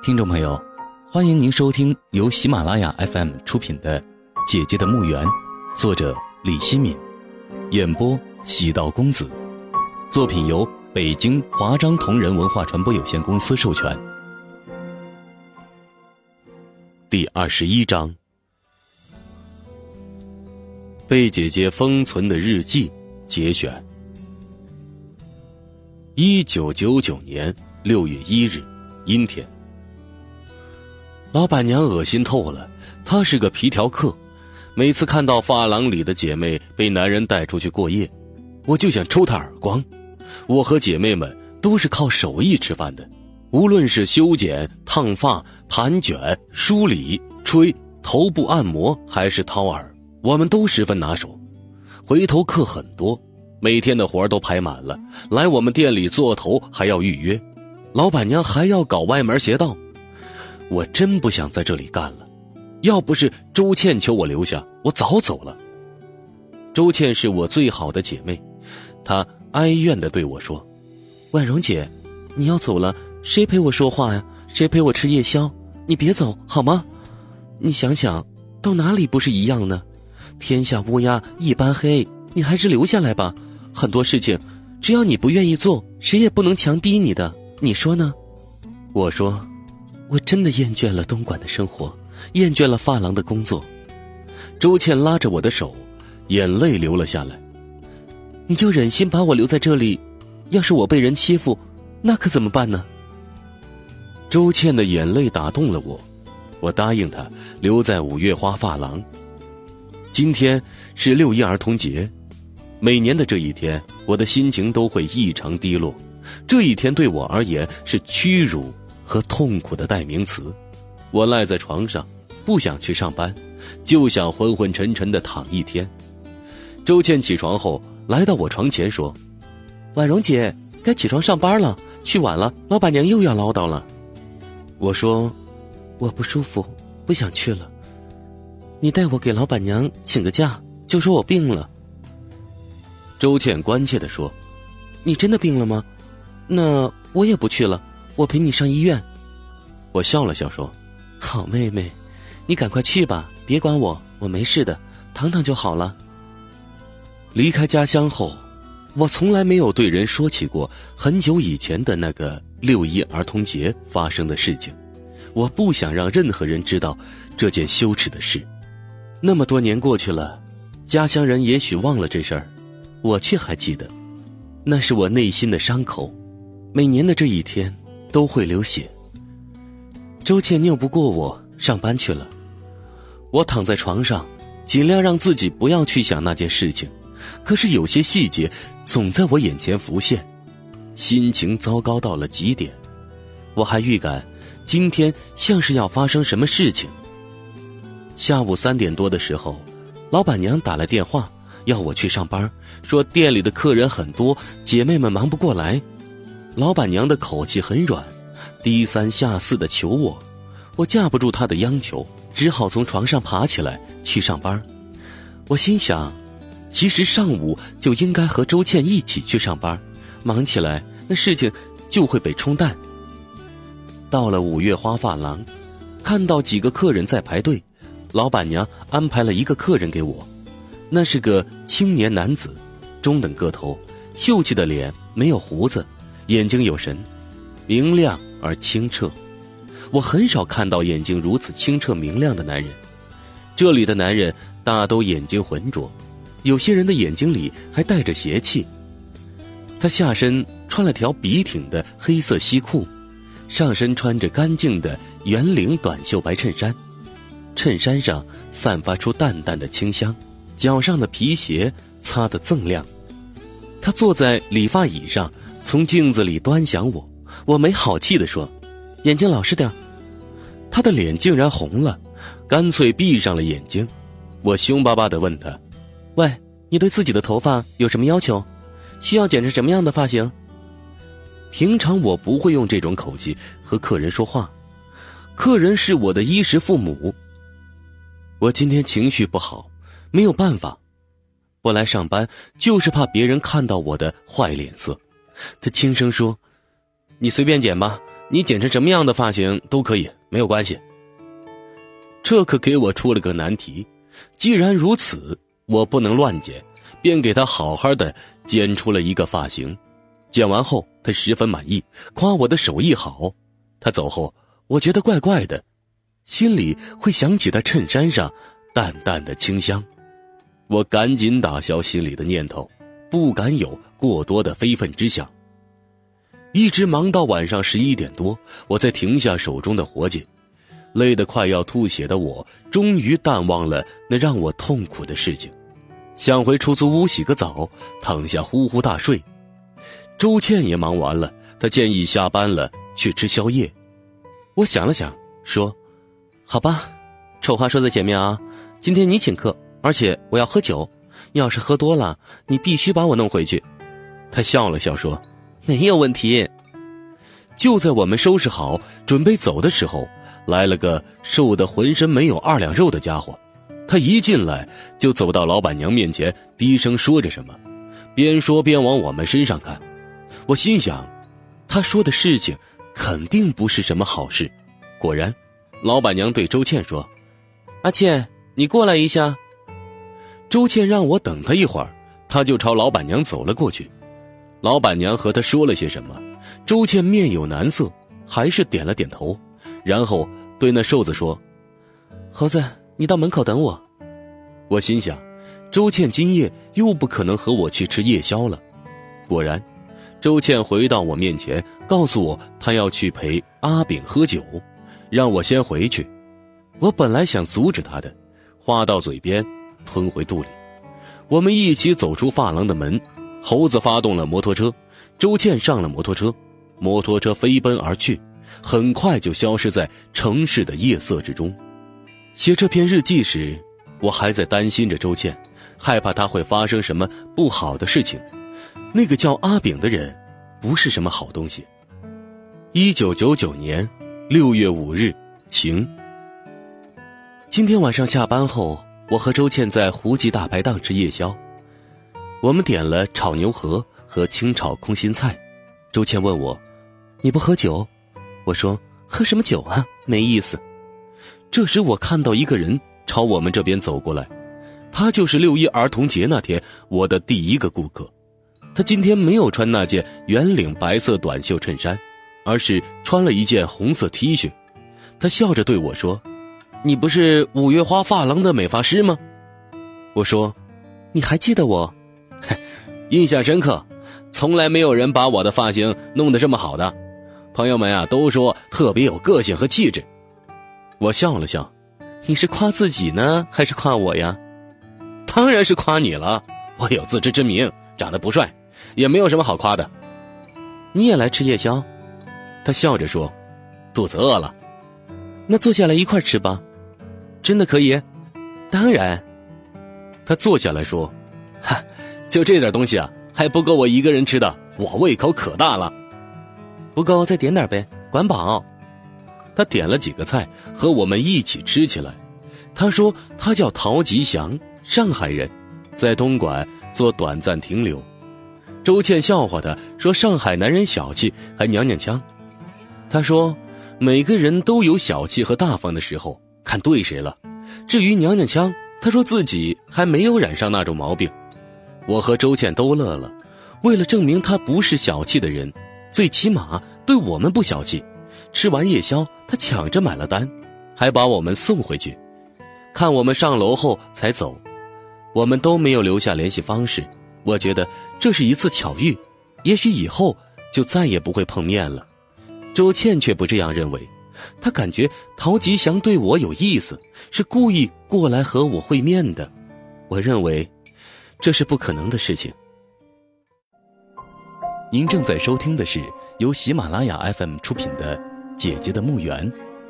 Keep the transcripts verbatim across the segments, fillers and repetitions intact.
听众朋友，欢迎您收听由喜马拉雅 F M 出品的《姐姐的墓园》，作者李希敏，演播喜道公子。作品由北京华章同仁文化传播有限公司授权。第二十一章，被姐姐封存的日记节选。一九九九年六月一日，阴天。老板娘恶心透了，她是个皮条客，每次看到发廊里的姐妹被男人带出去过夜，我就想抽她耳光。我和姐妹们都是靠手艺吃饭的，无论是修剪、烫发、盘卷、梳理、吹、头部按摩还是掏耳，我们都十分拿手。回头客很多，每天的活都排满了，来我们店里做头还要预约，老板娘还要搞歪门邪道。我真不想在这里干了，要不是周倩求我留下，我早走了。周倩是我最好的姐妹，她哀怨地对我说：婉容姐，你要走了，谁陪我说话呀？谁陪我吃夜宵？你别走好吗？你想想，到哪里不是一样呢？天下乌鸦一般黑，你还是留下来吧。很多事情只要你不愿意做，谁也不能强逼你的，你说呢？我说，我真的厌倦了东莞的生活，厌倦了发廊的工作。周倩拉着我的手，眼泪流了下来。你就忍心把我留在这里，要是我被人欺负，那可怎么办呢？周倩的眼泪打动了我，我答应她留在五月花发廊。今天是六一儿童节，每年的这一天，我的心情都会异常低落。这一天对我而言是屈辱和痛苦的代名词。我赖在床上，不想去上班，就想昏昏沉沉地躺一天。周倩起床后来到我床前说：婉容姐，该起床上班了，去晚了老板娘又要唠叨了。我说，我不舒服，不想去了，你带我给老板娘请个假，就说我病了。周倩关切地说：你真的病了吗？那我也不去了，我陪你上医院。我笑了笑说：好妹妹，你赶快去吧，别管我，我没事的，躺躺就好了。离开家乡后，我从来没有对人说起过很久以前的那个六一儿童节发生的事情。我不想让任何人知道这件羞耻的事。那么多年过去了，家乡人也许忘了这事儿，我却还记得，那是我内心的伤口，每年的这一天都会流血。周倩拗不过我，上班去了。我躺在床上，尽量让自己不要去想那件事情，可是有些细节总在我眼前浮现，心情糟糕到了极点。我还预感今天像是要发生什么事情。下午三点多的时候，老板娘打来电话要我去上班，说店里的客人很多，姐妹们忙不过来。老板娘的口气很软，低三下四地求我，我架不住她的央求，只好从床上爬起来去上班。我心想，其实上午就应该和周倩一起去上班，忙起来那事情就会被冲淡。到了五月花发廊，看到几个客人在排队，老板娘安排了一个客人给我。那是个青年男子，中等个头，秀气的脸，没有胡子，眼睛有神，明亮而清澈。我很少看到眼睛如此清澈明亮的男人。这里的男人大都眼睛浑浊，有些人的眼睛里还带着邪气。他下身穿了条笔挺的黑色西裤，上身穿着干净的圆领短袖白衬衫，衬衫上散发出淡淡的清香，脚上的皮鞋擦得锃亮。他坐在理发椅上，从镜子里端详我。我没好气地说：眼睛老实点。他的脸竟然红了，干脆闭上了眼睛。我凶巴巴地问他：喂，你对自己的头发有什么要求？需要剪成什么样的发型？平常我不会用这种口气和客人说话，客人是我的衣食父母。我今天情绪不好，没有办法，我来上班就是怕别人看到我的坏脸色。他轻声说：你随便剪吧， 你剪成什么样的发型都可以，没有关系。这可给我出了个难题，既然如此，我不能乱剪，便给他好好的剪出了一个发型。剪完后他十分满意，夸我的手艺好。他走后，我觉得怪怪的，心里会想起他衬衫上淡淡的清香。我赶紧打消心里的念头，不敢有过多的非分之想。一直忙到晚上十一点多，我才停下手中的活计。累得快要吐血的我，终于淡忘了那让我痛苦的事情，想回出租屋洗个澡，躺下呼呼大睡。周倩也忙完了，她建议下班了去吃宵夜。我想了想，说：好吧，丑话说在前面啊，今天你请客，而且我要喝酒，要是喝多了，你必须把我弄回去。她笑了笑说：没有问题。就在我们收拾好准备走的时候，来了个瘦得浑身没有二两肉的家伙。他一进来就走到老板娘面前，低声说着什么，边说边往我们身上看。我心想，他说的事情肯定不是什么好事。果然，老板娘对周倩说：阿倩，你过来一下。周倩让我等她一会儿，她就朝老板娘走了过去。老板娘和她说了些什么，周倩面有难色，还是点了点头，然后对那瘦子说：猴子，你到门口等我。我心想，周倩今夜又不可能和我去吃夜宵了。果然，周倩回到我面前，告诉我她要去陪阿炳喝酒，让我先回去。我本来想阻止她的，话到嘴边吞回肚里。我们一起走出发廊的门，猴子发动了摩托车，周倩上了摩托车，摩托车飞奔而去，很快就消失在城市的夜色之中。写这篇日记时，我还在担心着周倩，害怕她会发生什么不好的事情。那个叫阿炳的人不是什么好东西。一九九九年六月五日，晴。今天晚上下班后，我和周倩在胡记大排档吃夜宵。我们点了炒牛河和清炒空心菜。周倩问我：你不喝酒？我说：喝什么酒啊，没意思。这时我看到一个人朝我们这边走过来，他就是六一儿童节那天我的第一个顾客。他今天没有穿那件圆领白色短袖衬衫，而是穿了一件红色 T 恤。他笑着对我说：你不是五月花发廊的美发师吗？我说：你还记得我？印象深刻，从来没有人把我的发型弄得这么好的，朋友们啊都说特别有个性和气质。我笑了笑：你是夸自己呢，还是夸我呀？当然是夸你了，我有自知之明，长得不帅，也没有什么好夸的。你也来吃夜宵？他笑着说：肚子饿了。那坐下来一块吃吧。真的可以？当然。他坐下来说：哈，就这点东西啊，还不够我一个人吃的，我胃口可大了。不够再点点呗，管饱。他点了几个菜，和我们一起吃起来。他说他叫陶吉祥，上海人，在东莞做短暂停留。周倩笑话他说上海男人小气还娘娘腔。他说每个人都有小气和大方的时候，看对谁了。至于娘娘腔，他说自己还没有染上那种毛病。我和周倩都乐了，为了证明他不是小气的人，最起码对我们不小气。吃完夜宵，他抢着买了单，还把我们送回去。看我们上楼后才走，我们都没有留下联系方式。我觉得这是一次巧遇，也许以后就再也不会碰面了。周倩却不这样认为，她感觉陶吉祥对我有意思，是故意过来和我会面的。我认为这是不可能的事情。您正在收听的是由喜马拉雅 F M 出品的《姐姐的墓园》。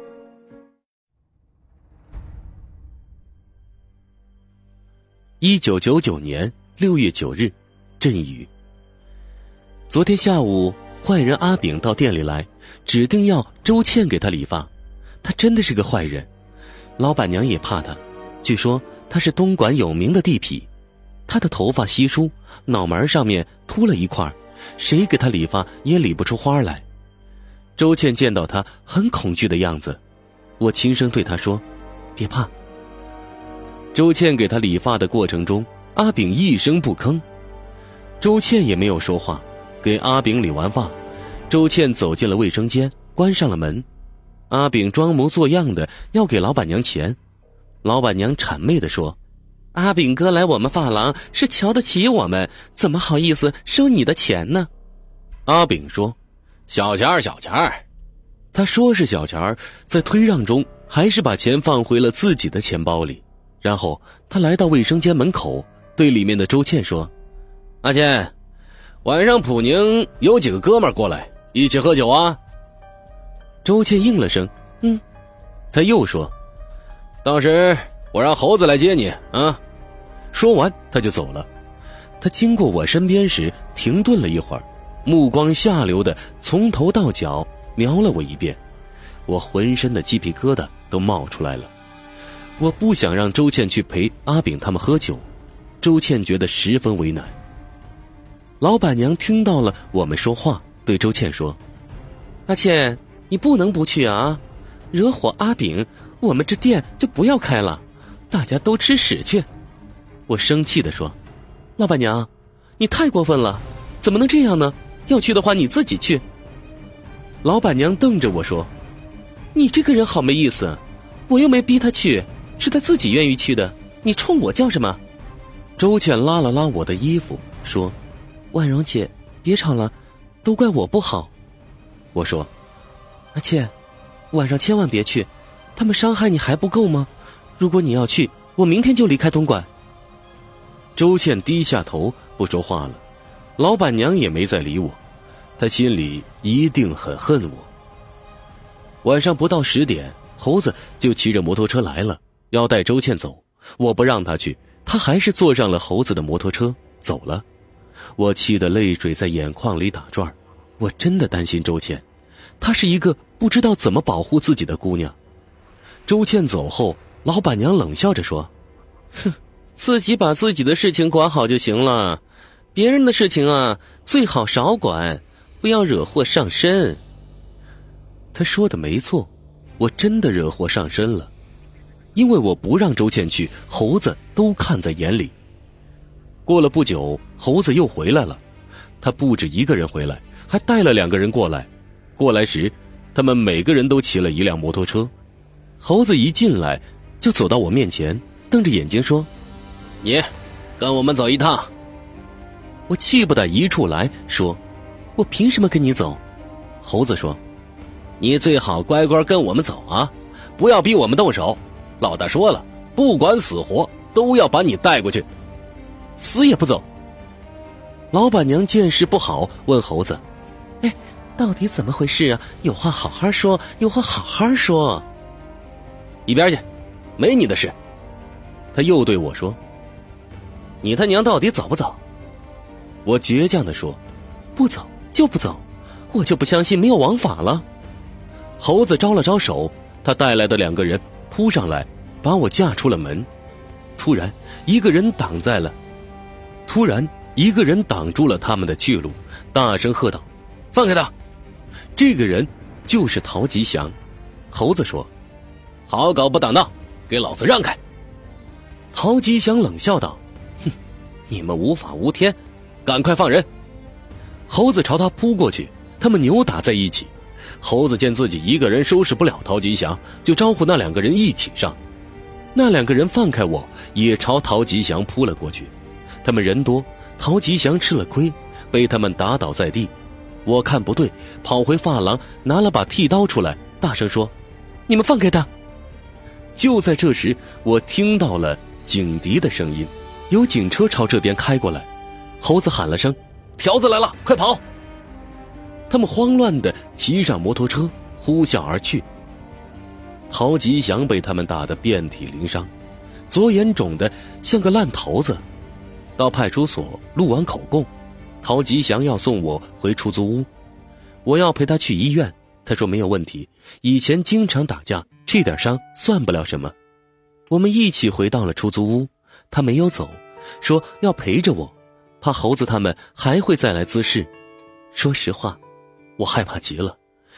一九九九年六月九日，阵雨。昨天下午，坏人阿炳到店里来，指定要周倩给他理发。他真的是个坏人，老板娘也怕他。据说他是东莞有名的地痞，他的头发稀疏，脑门上面秃了一块，谁给他理发也理不出花来。 周倩见到他很恐惧的样子，我轻声对他说：“别怕。”周倩给他理发的过程中，阿炳一声不吭。周倩也没有说话，给阿炳理完发，周倩走进了卫生间，关上了门。阿炳装模作样的要给老板娘钱，老板娘谄媚地说：“阿炳哥来我们发廊是瞧得起我们，怎么好意思收你的钱呢？”阿炳说：“小钱儿，小钱儿。”他说是小钱儿，在推让中还是把钱放回了自己的钱包里。然后他来到卫生间门口，对里面的周倩说：“阿倩，晚上普宁有几个哥们儿过来一起喝酒啊？”周倩应了声嗯。他又说：“到时我让猴子来接你啊。”说完他就走了。他经过我身边时停顿了一会儿，目光下流的从头到脚瞄了我一遍，我浑身的鸡皮疙瘩都冒出来了。我不想让周倩去陪阿炳他们喝酒，周倩觉得十分为难。老板娘听到了我们说话，对周倩说：“阿倩，你不能不去啊，惹火阿炳，我们这店就不要开了，大家都吃屎去。”我生气地说：“老板娘，你太过分了，怎么能这样呢？要去的话你自己去。”老板娘瞪着我说：“你这个人好没意思，我又没逼他去，是他自己愿意去的，你冲我叫什么？”周倩拉了拉我的衣服说：“婉容姐，别吵了，都怪我不好。”我说：“阿倩，晚上千万别去，他们伤害你还不够吗？如果你要去，我明天就离开东莞。”周倩低下头不说话了，老板娘也没再理我，她心里一定很恨我。晚上不到十点，猴子就骑着摩托车来了，要带周倩走。我不让他去，他还是坐上了猴子的摩托车走了。我气得泪水在眼眶里打转，我真的担心周倩，她是一个不知道怎么保护自己的姑娘。周倩走后，老板娘冷笑着说：“哼，自己把自己的事情管好就行了，别人的事情啊，最好少管，不要惹祸上身。”他说的没错，我真的惹祸上身了，因为我不让周倩去，猴子都看在眼里。过了不久，猴子又回来了，他不止一个人回来，还带了两个人过来。过来时，他们每个人都骑了一辆摩托车。猴子一进来就走到我面前，瞪着眼睛说：“你跟我们走一趟。”我气不打一处来，说：“我凭什么跟你走？”猴子说：“你最好乖乖跟我们走啊，不要逼我们动手。老大说了，不管死活都要把你带过去，死也不走。”老板娘见势不好，问猴子：“哎，到底怎么回事啊？有话好好说，有话好好说。”“一边去，没你的事。”他又对我说：“你他娘到底走不走？”我倔强地说：“不走就不走，我就不相信没有王法了。”猴子招了招手，他带来的两个人扑上来，把我架出了门。突然，一个人挡在了，突然一个人挡住了他们的去路，大声喝道：“放开他！”这个人就是陶吉祥。猴子说：“好狗不挡道，给老子让开！”陶吉祥冷笑道：“哼，你们无法无天，赶快放人！”猴子朝他扑过去，他们扭打在一起。猴子见自己一个人收拾不了陶吉祥，就招呼那两个人一起上。那两个人放开我，也朝陶吉祥扑了过去。他们人多，陶吉祥吃了亏，被他们打倒在地。我看不对，跑回发廊，拿了把剃刀出来，大声说：“你们放开他！”就在这时，我听到了警笛的声音，有警车朝这边开过来。猴子喊了声：“条子来了，快跑！”他们慌乱地骑上摩托车，呼啸而去。陶吉祥被他们打得遍体鳞伤，左眼肿得像个烂桃子。到派出所录完口供，陶吉祥要送我回出租屋，我要陪他去医院。他说没有问题，以前经常打架，这点伤算不了什么。我们一起回到了出租屋，他没有走，说要陪着我，怕猴子他们还会再来滋事。说实话，我害怕极了，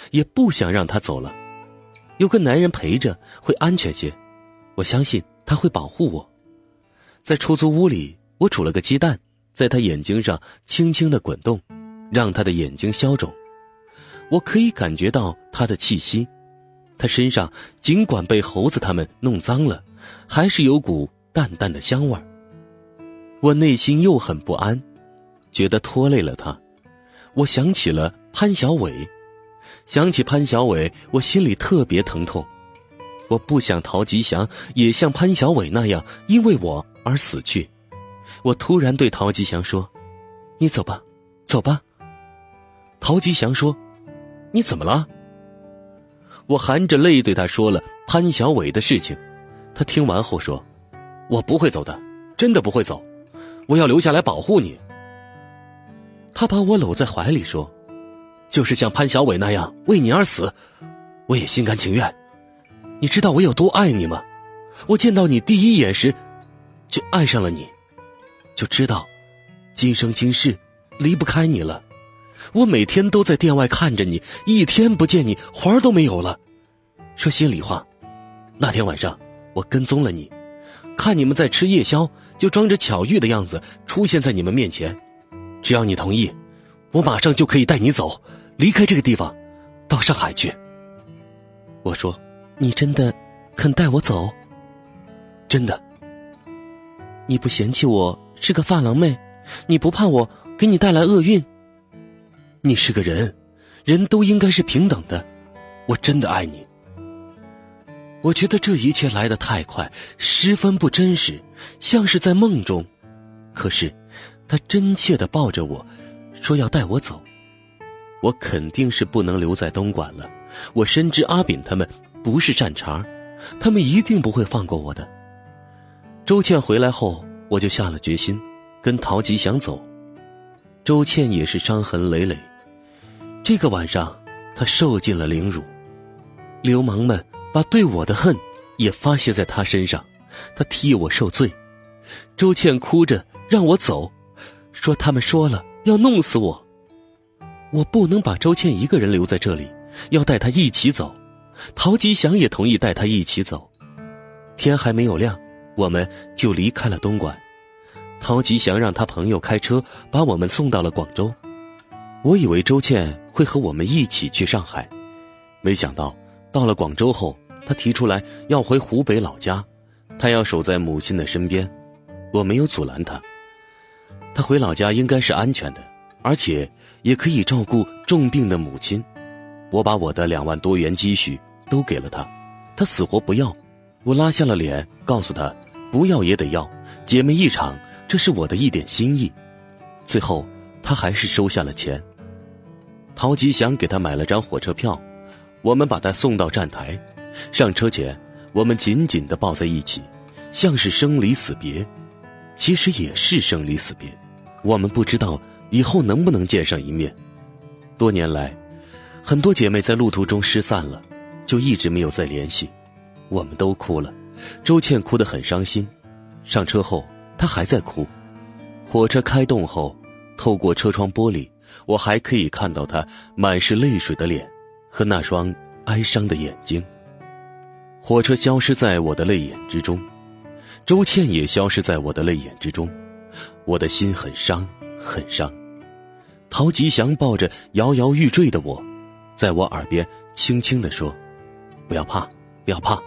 也不想让他走了。有个男人陪着会安全些，我相信他会保护我。在出租屋里，我煮了个鸡蛋，在他眼睛上轻轻地滚动，让他的眼睛消肿。我可以感觉到他的气息，他身上尽管被猴子他们弄脏了，还是有股淡淡的香味儿。我内心又很不安，觉得拖累了他。我想起了潘小伟，想起潘小伟，我心里特别疼痛。我不想陶吉祥也像潘小伟那样因为我而死去。我突然对陶吉祥说：你走吧，走吧。陶吉祥说：你怎么了？我含着泪对他说了潘小伟的事情。他听完后说：我不会走的，真的不会走，我要留下来保护你。他把我搂在怀里说：就是像潘小伟那样为你而死，我也心甘情愿。你知道我有多爱你吗？我见到你第一眼时就爱上了你，就知道今生今世离不开你了。我每天都在店外看着你，一天不见你魂儿都没有了。说心里话，那天晚上我跟踪了你，看你们在吃夜宵，就装着巧遇的样子出现在你们面前。只要你同意，我马上就可以带你走，离开这个地方，到上海去。我说：你真的肯带我走？真的。你不嫌弃我是个发廊妹？你不怕我给你带来厄运？你是个人，人都应该是平等的，我真的爱你。我觉得这一切来得太快，十分不真实，像是在梦中。可是他真切地抱着我，说要带我走。我肯定是不能留在东莞了，我深知阿炳他们不是善茬，他们一定不会放过我的。周倩回来后，我就下了决心跟陶吉祥走。周倩也是伤痕累累，这个晚上她受尽了凌辱，流氓们把对我的恨也发泄在她身上，她替我受罪。周倩哭着让我走，说他们说了要弄死我。我不能把周倩一个人留在这里，要带她一起走。陶吉祥也同意带她一起走。天还没有亮，我们就离开了东莞。陶吉祥让他朋友开车把我们送到了广州。我以为周倩会和我们一起去上海，没想到到了广州后，他提出来要回湖北老家，他要守在母亲的身边。我没有阻拦他，他回老家应该是安全的，而且也可以照顾重病的母亲。我把我的两万多元积蓄都给了他，他死活不要。我拉下了脸告诉他不要也得要，姐妹一场，这是我的一点心意。最后他还是收下了钱。陶吉祥给他买了张火车票，我们把他送到站台。上车前我们紧紧地抱在一起，像是生离死别。其实也是生离死别，我们不知道以后能不能见上一面。多年来很多姐妹在路途中失散了，就一直没有再联系。我们都哭了，周倩哭得很伤心。上车后她还在哭。火车开动后，透过车窗玻璃，我还可以看到她满是泪水的脸和那双哀伤的眼睛。火车消失在我的泪眼之中，周倩也消失在我的泪眼之中。我的心很伤很伤。陶吉祥抱着摇摇欲坠的我，在我耳边轻轻地说：不要怕，不要怕。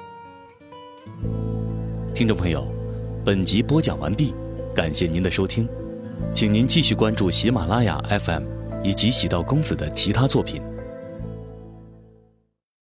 听众朋友，本集播讲完毕，感谢您的收听，请您继续关注喜马拉雅 F M 以及喜道公子的其他作品。